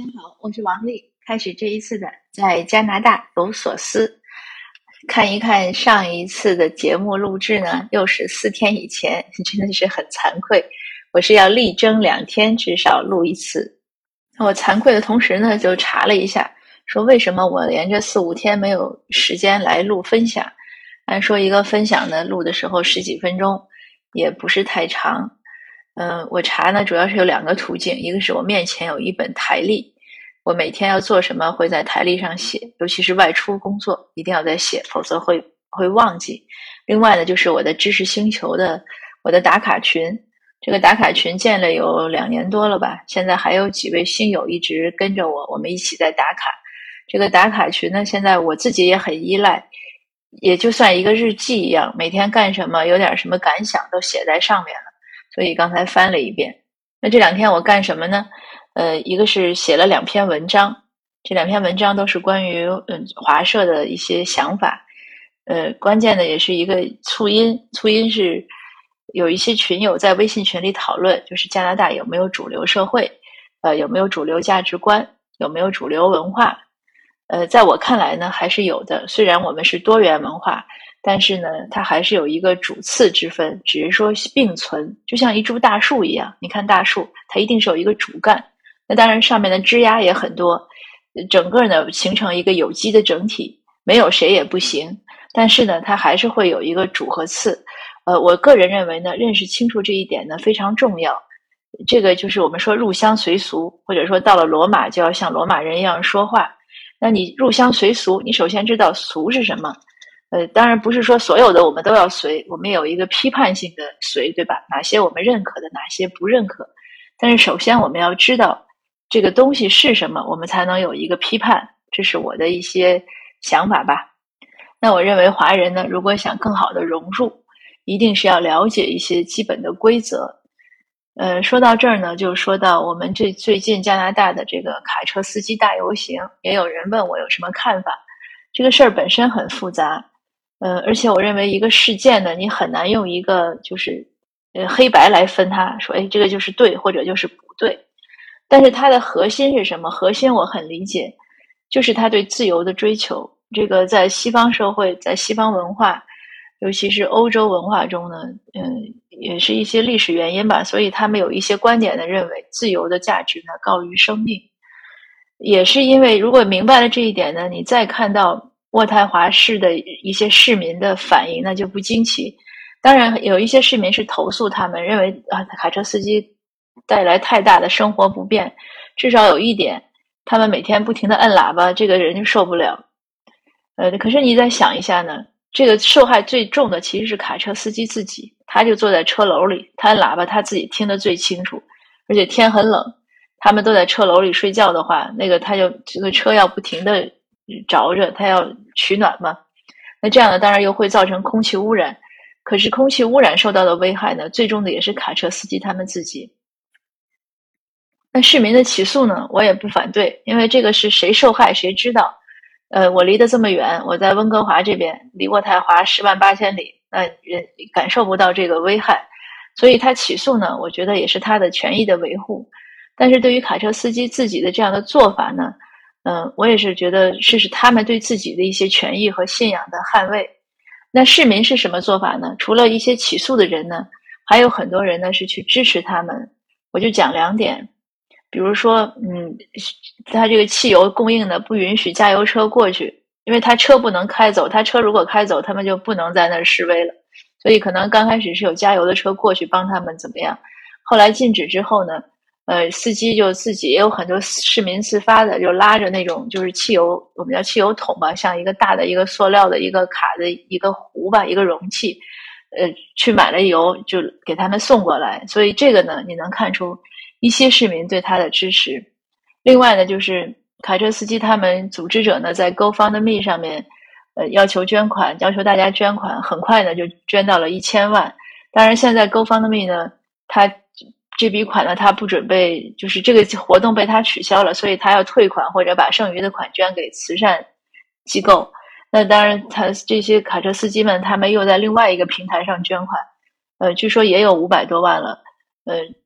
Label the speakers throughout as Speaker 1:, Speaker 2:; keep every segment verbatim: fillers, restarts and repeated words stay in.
Speaker 1: 家好，我是王丽。开始这一次的在加拿大有所思，看一看上一次的节目录制呢，又是四天以前，真的是很惭愧。我是要力争两天至少录一次。我惭愧的同时呢，就查了一下，说为什么我连着四五天没有时间来录分享。按说一个分享呢，录的时候十几分钟，也不是太长。嗯、呃，我查呢主要是有两个途径，一个是我面前有一本台历，我每天要做什么会在台历上写，尤其是外出工作一定要在写，否则会会忘记。另外呢，就是我的知识星球的我的打卡群，这个打卡群建了有两年多了吧，现在还有几位新友一直跟着我，我们一起在打卡。这个打卡群呢，现在我自己也很依赖，也就算一个日记一样，每天干什么，有点什么感想都写在上面了。所以刚才翻了一遍。那这两天我干什么呢？呃，一个是写了两篇文章，这两篇文章都是关于嗯华社的一些想法。呃，关键的也是一个促因，促因是有一些群友在微信群里讨论，就是加拿大有没有主流社会，呃，有没有主流价值观，有没有主流文化。呃，在我看来呢，还是有的。虽然我们是多元文化，但是呢，它还是有一个主次之分，只是说并存，就像一株大树一样。你看大树，它一定是有一个主干，那当然上面的枝丫也很多，整个呢形成一个有机的整体，没有谁也不行。但是呢，它还是会有一个主和次。呃，我个人认为呢，认识清楚这一点呢非常重要。这个就是我们说入乡随俗，或者说到了罗马就要像罗马人一样说话。那你入乡随俗，你首先知道俗是什么。呃，当然不是说所有的我们都要随，我们有一个批判性的随，对吧？哪些我们认可的，哪些不认可。但是首先我们要知道这个东西是什么，我们才能有一个批判。这是我的一些想法吧。那我认为华人呢，如果想更好的融入，一定是要了解一些基本的规则。呃，说到这儿呢，就说到我们这最近加拿大的这个卡车司机大游行，也有人问我有什么看法。这个事儿本身很复杂，呃，而且我认为一个事件呢，你很难用一个就是呃黑白来分它，说哎这个就是对或者就是不对。但是它的核心是什么？核心我很理解，就是他对自由的追求。这个在西方社会，在西方文化，尤其是欧洲文化中呢，嗯，也是一些历史原因吧，所以他们有一些观点呢，认为自由的价值呢高于生命。也是因为如果明白了这一点呢，你再看到渥太华市的一些市民的反应，那就不惊奇。当然，有一些市民是投诉他们，认为啊，卡车司机带来太大的生活不便。至少有一点，他们每天不停的摁喇叭，这个人就受不了。呃，可是你再想一下呢，这个受害最重的其实是卡车司机自己，他就坐在车篓里，他摁喇叭他自己听得最清楚，而且天很冷，他们都在车篓里睡觉的话，那个他就这个车要不停的着着，他要取暖嘛，那这样呢，当然又会造成空气污染。可是空气污染受到的危害呢，最终的也是卡车司机他们自己。那市民的起诉呢，我也不反对，因为这个是谁受害谁知道。呃，我离得这么远，我在温哥华这边，离渥太华十万八千里，那人感受不到这个危害，所以他起诉呢，我觉得也是他的权益的维护。但是对于卡车司机自己的这样的做法呢，嗯、呃，我也是觉得是是他们对自己的一些权益和信仰的捍卫。那市民是什么做法呢？除了一些起诉的人呢，还有很多人呢是去支持他们。我就讲两点。比如说，嗯，他这个汽油供应呢不允许加油车过去，因为他车不能开走，他车如果开走，他们就不能在那儿示威了。所以可能刚开始是有加油的车过去帮他们怎么样，后来禁止之后呢，呃，司机就自己也有很多市民自发的，就拉着那种就是汽油，我们叫汽油桶吧，像一个大的一个塑料的一个卡的一个壶吧，一个容器，呃，去买了油就给他们送过来。所以这个呢，你能看出一些市民对他的支持。另外呢，就是卡车司机他们组织者呢，在 GoFundMe 上面，呃，要求捐款，要求大家捐款，很快呢就捐到了一千万。当然，现在 GoFundMe 呢，他这笔款呢，他不准备，就是这个活动被他取消了，所以他要退款或者把剩余的款捐给慈善机构。那当然，他这些卡车司机们，他们又在另外一个平台上捐款，呃，据说也有五百多万了。呃，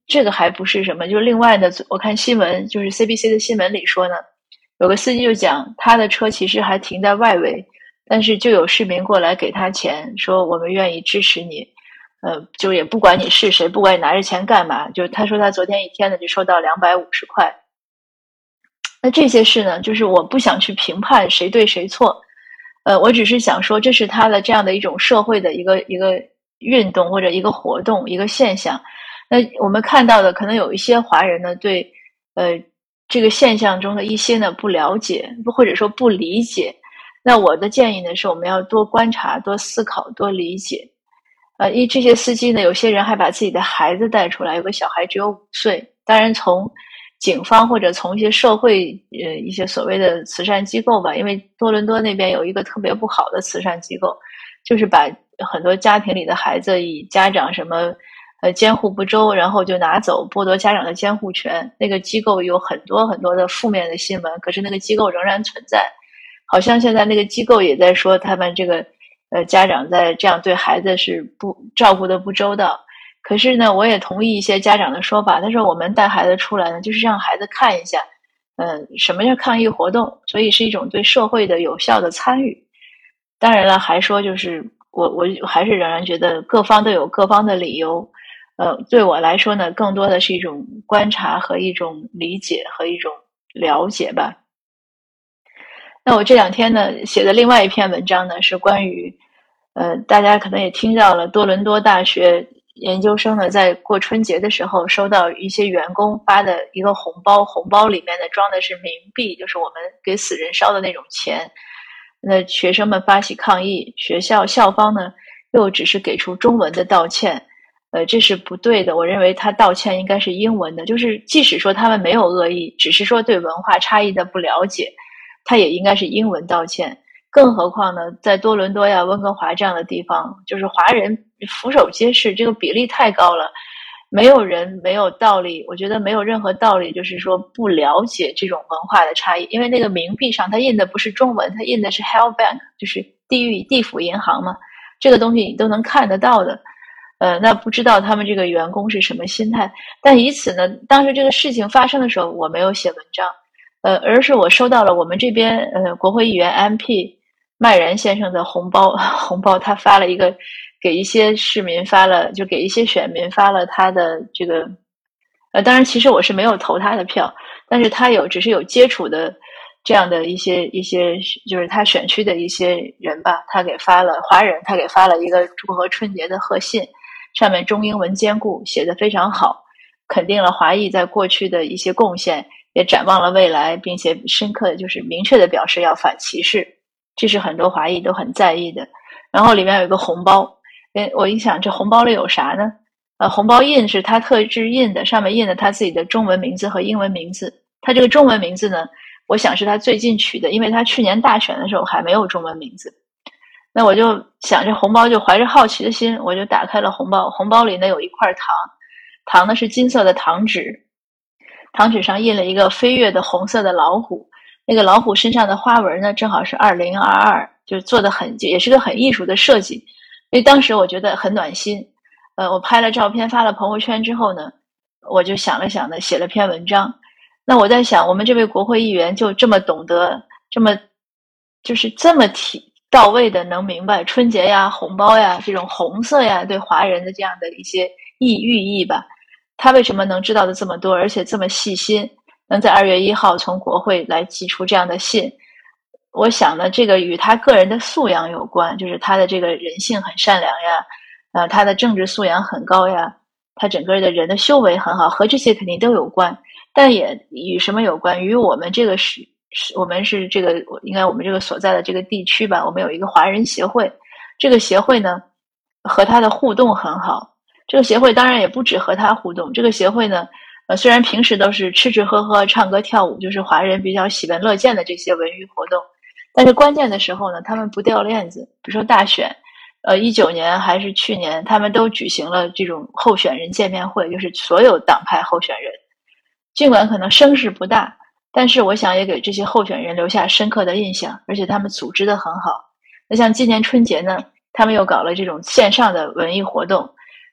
Speaker 1: 这个还不是什么，就是另外的，我看新闻，就是 C B C 的新闻里说呢，有个司机就讲他的车其实还停在外围，但是就有市民过来给他钱，说我们愿意支持你，呃，就也不管你是谁，不管你拿着钱干嘛，就他说他昨天一天呢就收到两百五十块。那这些事呢，就是我不想去评判谁对谁错，呃，我只是想说，这是他的这样的一种社会的一个一个运动或者一个活动一个现象。那我们看到的可能有一些华人呢，对呃这个现象中的一些呢不了解，或者说不理解。那我的建议呢是，我们要多观察、多思考、多理解。呃，因为这些司机呢，有些人还把自己的孩子带出来，有个小孩只有五岁。当然，从警方或者从一些社会呃一些所谓的慈善机构吧，因为多伦多那边有一个特别不好的慈善机构，就是把很多家庭里的孩子以家长什么呃监护不周，然后就拿走，剥夺家长的监护权。那个机构有很多很多的负面的新闻，可是那个机构仍然存在。好像现在那个机构也在说他们这个呃家长在这样对孩子是不照顾的不周到。可是呢，我也同意一些家长的说法。他说，我们带孩子出来呢，就是让孩子看一下，嗯，什么叫抗议活动，所以是一种对社会的有效的参与。当然了，还说就是我我还是仍然觉得各方都有各方的理由。呃，对我来说呢，更多的是一种观察和一种理解和一种了解吧。那我这两天呢写的另外一篇文章呢，是关于，呃，大家可能也听到了，多伦多大学研究生呢，在过春节的时候收到一些员工发的一个红包，红包里面呢装的是冥币，就是我们给死人烧的那种钱。那学生们发起抗议，学校校方呢又只是给出中文的道歉，呃，这是不对的。我认为他道歉应该是英文的，就是即使说他们没有恶意，只是说对文化差异的不了解，他也应该是英文道歉。更何况呢，在多伦多呀、温哥华这样的地方，就是华人俯首皆是，这个比例太高了，没有人没有道理，我觉得没有任何道理，就是说不了解这种文化的差异。因为那个冥币上它印的不是中文，它印的是 Hell Bank， 就是地狱地府银行嘛，这个东西你都能看得到的。呃，那不知道他们这个员工是什么心态。但以此呢，当时这个事情发生的时候，我没有写文章，呃，而是我收到了我们这边呃国会议员 M P 麦然先生的红包，红包他发了一个，给一些市民发了，就给一些选民发了他的这个，呃，当然其实我是没有投他的票，但是他有只是有接触的这样的一些一些，就是他选区的一些人吧，他给发了华人，他给发了一个祝贺春节的贺信，上面中英文兼顾，写得非常好，肯定了华裔在过去的一些贡献，也展望了未来，并且深刻的就是明确的表示要反歧视，这是很多华裔都很在意的。然后里面有一个红包，我一想这红包里有啥呢？呃，红包印是他特制印的，上面印了他自己的中文名字和英文名字。他这个中文名字呢，我想是他最近取的，因为他去年大选的时候还没有中文名字。那我就想这红包，就怀着好奇的心，我就打开了红包。红包里呢有一块糖，糖呢是金色的糖纸，糖纸上印了一个飞跃的红色的老虎，那个老虎身上的花纹呢正好是二零二二，就做的很，也是个很艺术的设计。所以当时我觉得很暖心。呃，我拍了照片发了朋友圈之后呢，我就想了想呢，写了篇文章。那我在想，我们这位国会议员就这么懂得，这么就是这么体到位的能明白春节呀、红包呀、这种红色呀对华人的这样的一些意寓意吧，他为什么能知道的这么多，而且这么细心，能在二月一号从国会来寄出这样的信？我想呢，这个与他个人的素养有关，就是他的这个人性很善良呀，呃，他的政治素养很高呀，他整个的人的修为很好，和这些肯定都有关。但也与什么有关？与我们这个是是，我们是这个应该我们这个所在的这个地区吧，我们有一个华人协会，这个协会呢和他的互动很好。这个协会当然也不止和他互动，这个协会呢，呃，虽然平时都是吃吃喝喝、唱歌跳舞，就是华人比较喜闻乐见的这些文娱活动，但是关键的时候呢，他们不掉链子。比如说大选，呃，一九年还是去年，他们都举行了这种候选人见面会，就是所有党派候选人。尽管可能声势不大，但是我想也给这些候选人留下深刻的印象，而且他们组织得很好。那像今年春节呢，他们又搞了这种线上的文艺活动，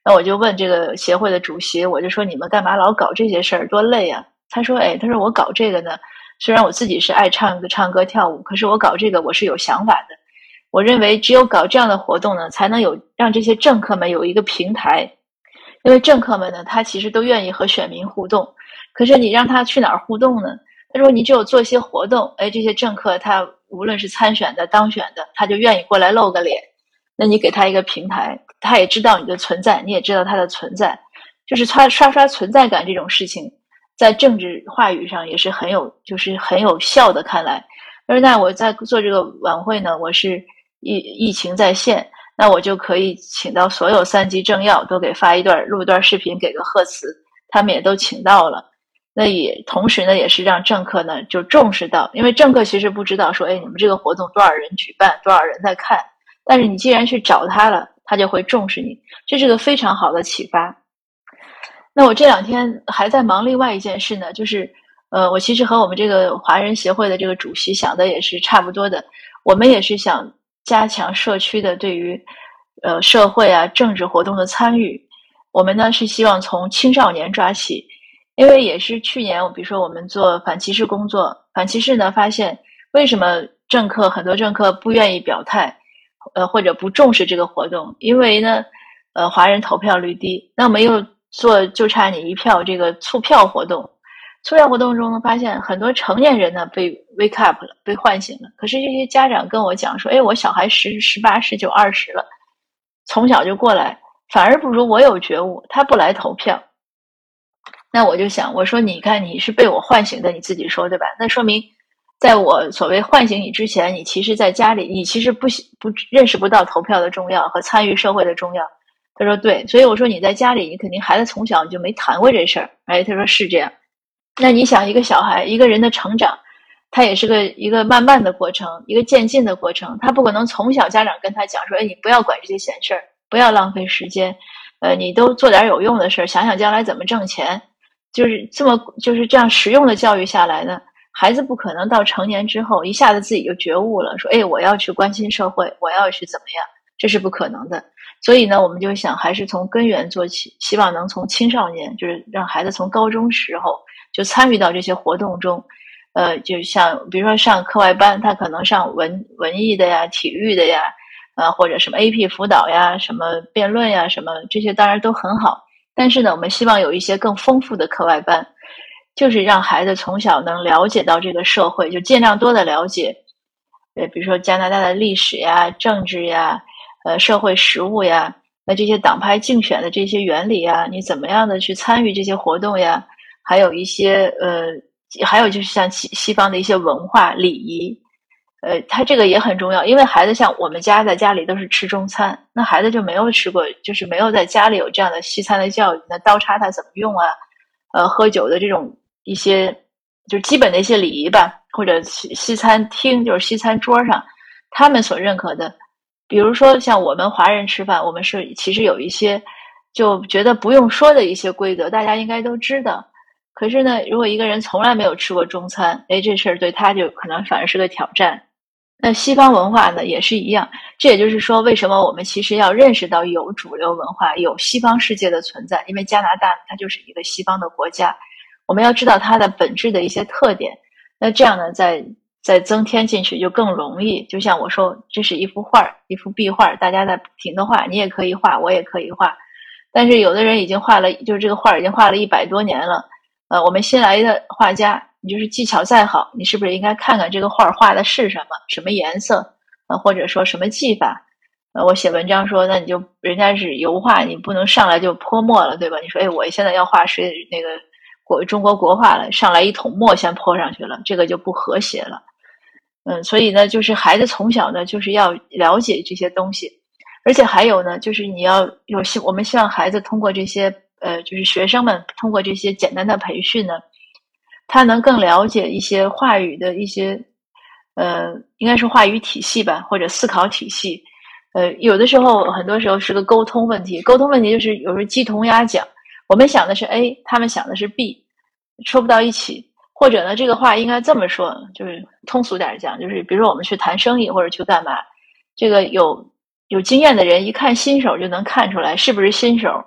Speaker 1: 那我就问这个协会的主席，我就说你们干嘛老搞这些事儿，多累啊？他说，哎，他说我搞这个呢，虽然我自己是爱唱歌、唱歌跳舞，可是我搞这个我是有想法的。我认为只有搞这样的活动呢，才能有让这些政客们有一个平台。因为政客们呢，他其实都愿意和选民互动，可是你让他去哪儿互动呢？他说你只有做一些活动，哎，这些政客他无论是参选的、当选的，他就愿意过来露个脸。那你给他一个平台，他也知道你的存在，你也知道他的存在，就是刷刷刷存在感这种事情，在政治话语上也是很有，就是很有效的。看来，而那我在做这个晚会呢，我是疫疫情在线。那我就可以请到所有三级政要都给发一段录一段视频，给个贺词，他们也都请到了。那也同时呢，也是让政客呢就重视到，因为政客其实不知道说，哎，你们这个活动多少人举办，多少人在看，但是你既然去找他了，他就会重视你，这是个非常好的启发。那我这两天还在忙另外一件事呢，就是呃，我其实和我们这个华人协会的这个主席想的也是差不多的，我们也是想加强社区的对于呃社会啊政治活动的参与。我们呢是希望从青少年抓起，因为也是去年比如说我们做反歧视工作，反歧视呢发现为什么政客很多政客不愿意表态，呃或者不重视这个活动，因为呢呃华人投票率低。那我们又做就差你一票这个促票活动，促票活动中呢，发现很多成年人呢被 wake up 了，被唤醒了。可是这些家长跟我讲说，哎，我小孩十、十八、十九、二十了，从小就过来，反而不如我有觉悟，他不来投票。那我就想，我说你看你是被我唤醒的，你自己说对吧？那说明在我所谓唤醒你之前，你其实在家里，你其实不不认识不到投票的重要和参与社会的重要。他说对，所以我说你在家里，你肯定孩子从小你就没谈过这事儿。哎，他说是这样。那你想，一个小孩，一个人的成长，他也是个一个慢慢的过程，一个渐进的过程。他不可能从小家长跟他讲说，哎，你不要管这些闲事儿，不要浪费时间，呃，你都做点有用的事儿，想想将来怎么挣钱。就是这么就是这样实用的教育下来呢，孩子不可能到成年之后一下子自己就觉悟了，说，哎，我要去关心社会，我要去怎么样，这是不可能的。所以呢，我们就想还是从根源做起，希望能从青少年，就是让孩子从高中时候就参与到这些活动中。呃，就像比如说上课外班，他可能上文文艺的呀、体育的呀，呃，或者什么 A P 辅导呀、什么辩论呀、什么这些当然都很好。但是呢，我们希望有一些更丰富的课外班，就是让孩子从小能了解到这个社会，就尽量多的了解，呃，比如说加拿大的历史呀、政治呀、呃，社会实务呀，那这些党派竞选的这些原理呀，你怎么样的去参与这些活动呀？还有一些呃，还有就是像西西方的一些文化礼仪，呃，它这个也很重要，因为孩子像我们家在家里都是吃中餐，那孩子就没有吃过，就是没有在家里有这样的西餐的教育，那刀叉他怎么用啊？呃，喝酒的这种一些就是基本的一些礼仪吧，或者西西餐厅，就是西餐桌上他们所认可的。比如说像我们华人吃饭，我们是其实有一些就觉得不用说的一些规则，大家应该都知道。可是呢，如果一个人从来没有吃过中餐，哎，这事儿对他就可能反而是个挑战。那西方文化呢也是一样，这也就是说为什么我们其实要认识到有主流文化，有西方世界的存在，因为加拿大它就是一个西方的国家，我们要知道它的本质的一些特点，那这样呢再再增添进去就更容易。就像我说，这是一幅画，一幅壁画，大家在不停的画，你也可以画，我也可以画，但是有的人已经画了，就是这个画已经画了一百多年了，呃，我们新来的画家，你就是技巧再好，你是不是应该看看这个画画的是什么，什么颜色，呃，或者说什么技法？呃，我写文章说，那你就人家是油画，你不能上来就泼墨了，对吧？你说，哎，我现在要画谁那个国中国国画了，上来一桶墨先泼上去了，这个就不和谐了。嗯，所以呢，就是孩子从小呢，就是要了解这些东西，而且还有呢，就是你要有希，我们希望孩子通过这些，呃，就是学生们通过这些简单的培训呢，他能更了解一些话语的一些，呃，应该是话语体系吧，或者思考体系。呃，有的时候，很多时候是个沟通问题，沟通问题就是有时候鸡同鸭讲，我们想的是 A， 他们想的是 B， 说不到一起。或者呢，这个话应该这么说，就是通俗点讲，就是比如说我们去谈生意或者去干嘛，这个有有经验的人一看新手就能看出来是不是新手，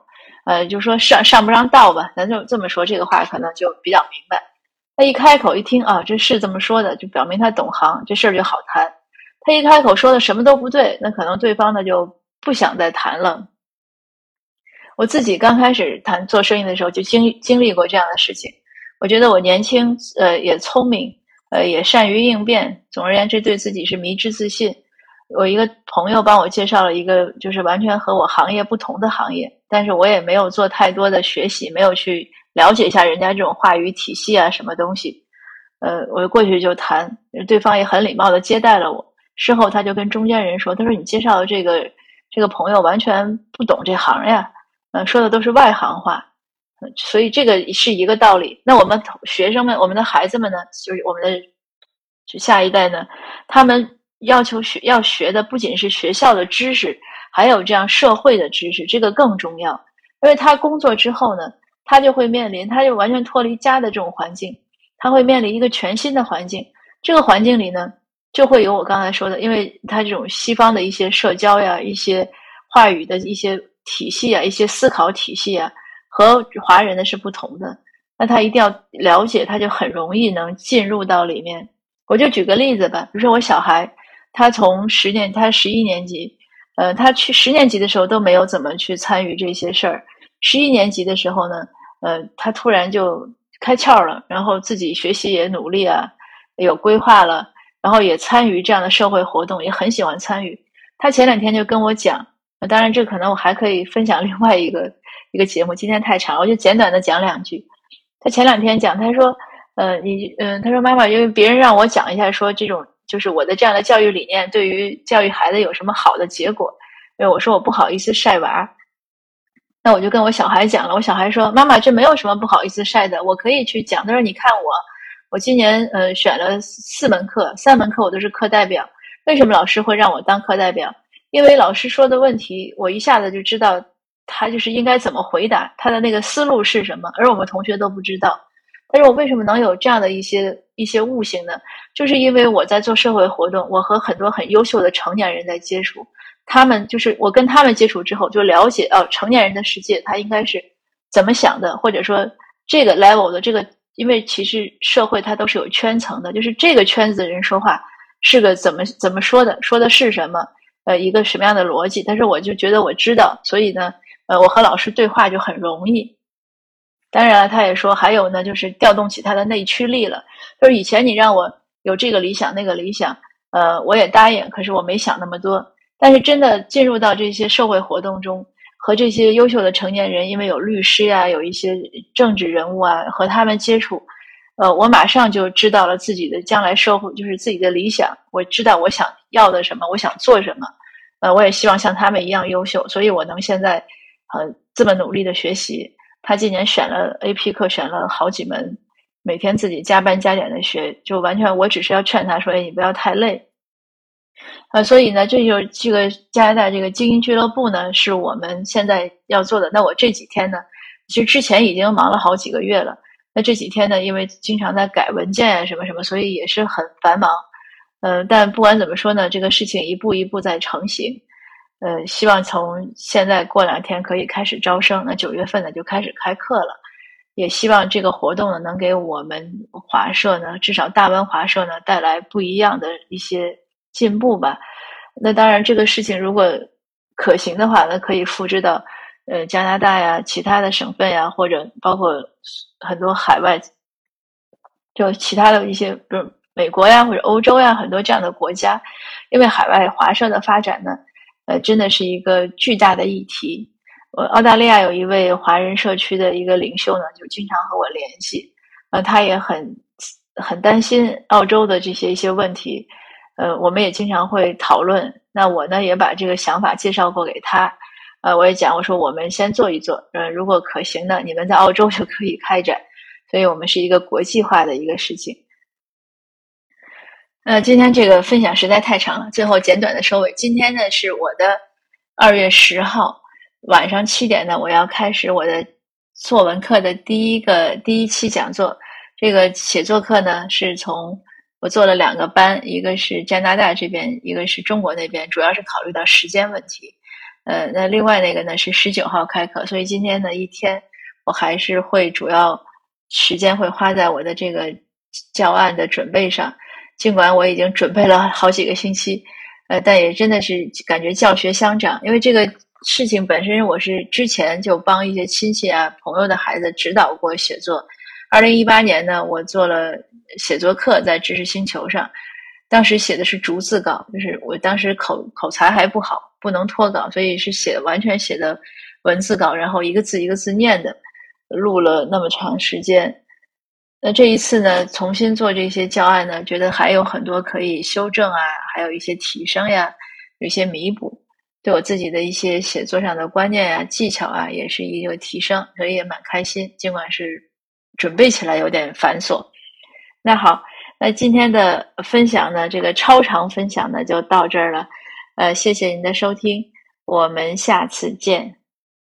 Speaker 1: 呃，就说上上不上道吧，咱就这么说，这个话可能就比较明白。他一开口一听啊，这是这么说的，就表明他懂行，这事儿就好谈。他一开口说的什么都不对，那可能对方呢就不想再谈了。我自己刚开始谈做生意的时候就经经历过这样的事情。我觉得我年轻，呃，也聪明，呃，也善于应变。总而言之，对自己是迷之自信。我一个朋友帮我介绍了一个就是完全和我行业不同的行业，但是我也没有做太多的学习，没有去了解一下人家这种话语体系啊，什么东西。呃，我过去就谈，对方也很礼貌的接待了我。事后他就跟中间人说，他说你介绍的这个这个朋友完全不懂这行呀，呃，说的都是外行话。所以这个是一个道理。那我们学生们，我们的孩子们呢，就是我们的就下一代呢，他们要求学要学的不仅是学校的知识，还有这样社会的知识，这个更重要。因为他工作之后呢，他就会面临，他就完全脱离家的这种环境，他会面临一个全新的环境。这个环境里呢，就会有我刚才说的，因为他这种西方的一些社交呀、一些话语的一些体系啊、一些思考体系啊，和华人的是不同的。那他一定要了解，他就很容易能进入到里面。我就举个例子吧，比如说我小孩，他从十年，他十一年级，呃，他去十年级的时候都没有怎么去参与这些事儿。十一年级的时候呢，呃，他突然就开窍了，然后自己学习也努力啊，有规划了，然后也参与这样的社会活动，也很喜欢参与。他前两天就跟我讲，当然这可能我还可以分享另外一个一个节目，今天太长了，我就简短的讲两句。他前两天讲，他说。呃，你嗯、呃，他说妈妈，因为别人让我讲一下，说这种就是我的这样的教育理念对于教育孩子有什么好的结果，因为我说我不好意思晒娃，那我就跟我小孩讲了，我小孩说妈妈，这没有什么不好意思晒的，我可以去讲。他说你看我，我今年呃选了四门课，三门课我都是课代表，为什么老师会让我当课代表？因为老师说的问题，我一下子就知道他就是应该怎么回答，他的那个思路是什么，而我们同学都不知道。但是我为什么能有这样的一些一些悟性呢？就是因为我在做社会活动，我和很多很优秀的成年人在接触，他们就是我跟他们接触之后，就了解哦，成年人的世界他应该是怎么想的，或者说这个 level 的这个，因为其实社会它都是有圈层的，就是这个圈子的人说话是个怎么怎么说的，说的是什么，呃，一个什么样的逻辑。但是我就觉得我知道，所以呢，呃，我和老师对话就很容易。当然了，他也说还有呢，就是调动起他的内驱力了。就是以前你让我有这个理想那个理想，呃，我也答应，可是我没想那么多。但是真的进入到这些社会活动中，和这些优秀的成年人，因为有律师呀、啊，有一些政治人物啊，和他们接触，呃，我马上就知道了自己的将来社会，就是自己的理想。我知道我想要的什么，我想做什么。呃，我也希望像他们一样优秀，所以我能现在呃这么努力的学习。他今年选了 A P 课，选了好几门，每天自己加班加点的学，就完全我只是要劝他说：“哎，你不要太累。”呃，所以呢，这就是这个加拿大这个精英俱乐部呢，是我们现在要做的。那我这几天呢，其实之前已经忙了好几个月了。那这几天呢，因为经常在改文件啊什么什么，所以也是很繁忙。呃，但不管怎么说呢，这个事情一步一步在成型。呃，希望从现在过两天可以开始招生，那九月份呢就开始开课了。也希望这个活动呢能给我们华社呢，至少大温华社呢带来不一样的一些进步吧。那当然，这个事情如果可行的话呢，可以复制到呃加拿大呀、其他的省份呀，或者包括很多海外，就其他的一些，比如美国呀或者欧洲呀，很多这样的国家，因为海外华社的发展呢。呃，真的是一个巨大的议题。我澳大利亚有一位华人社区的一个领袖呢，就经常和我联系，呃，他也很很担心澳洲的这些一些问题，呃，我们也经常会讨论。那我呢，也把这个想法介绍过给他，呃，我也讲，我说我们先做一做，呃，如果可行的，你们在澳洲就可以开展，所以我们是一个国际化的一个事情。呃，今天这个分享实在太长了，最后简短的收尾。今天呢是我的二月十号晚上七点呢，我要开始我的作文课的第一个第一期讲座。这个写作课呢是从我做了两个班，一个是加拿大这边，一个是中国那边，主要是考虑到时间问题。 呃，那另外那个呢是十九号开课，所以今天呢一天我还是会主要时间会花在我的这个教案的准备上，尽管我已经准备了好几个星期，呃，但也真的是感觉教学相长，因为这个事情本身我是之前就帮一些亲戚啊朋友的孩子指导过写作。二零一八年呢，我做了写作课在知识星球上，当时写的是逐字稿，就是我当时口口才还不好，不能脱稿，所以是写完全写的文字稿，然后一个字一个字念的，录了那么长时间。那这一次呢，重新做这些教案呢，觉得还有很多可以修正啊，还有一些提升呀，有一些弥补，对我自己的一些写作上的观念啊、技巧啊，也是一个提升，所以也蛮开心。尽管是准备起来有点繁琐。那好，那今天的分享呢，这个超长分享呢就到这儿了，呃，谢谢您的收听，我们下次见。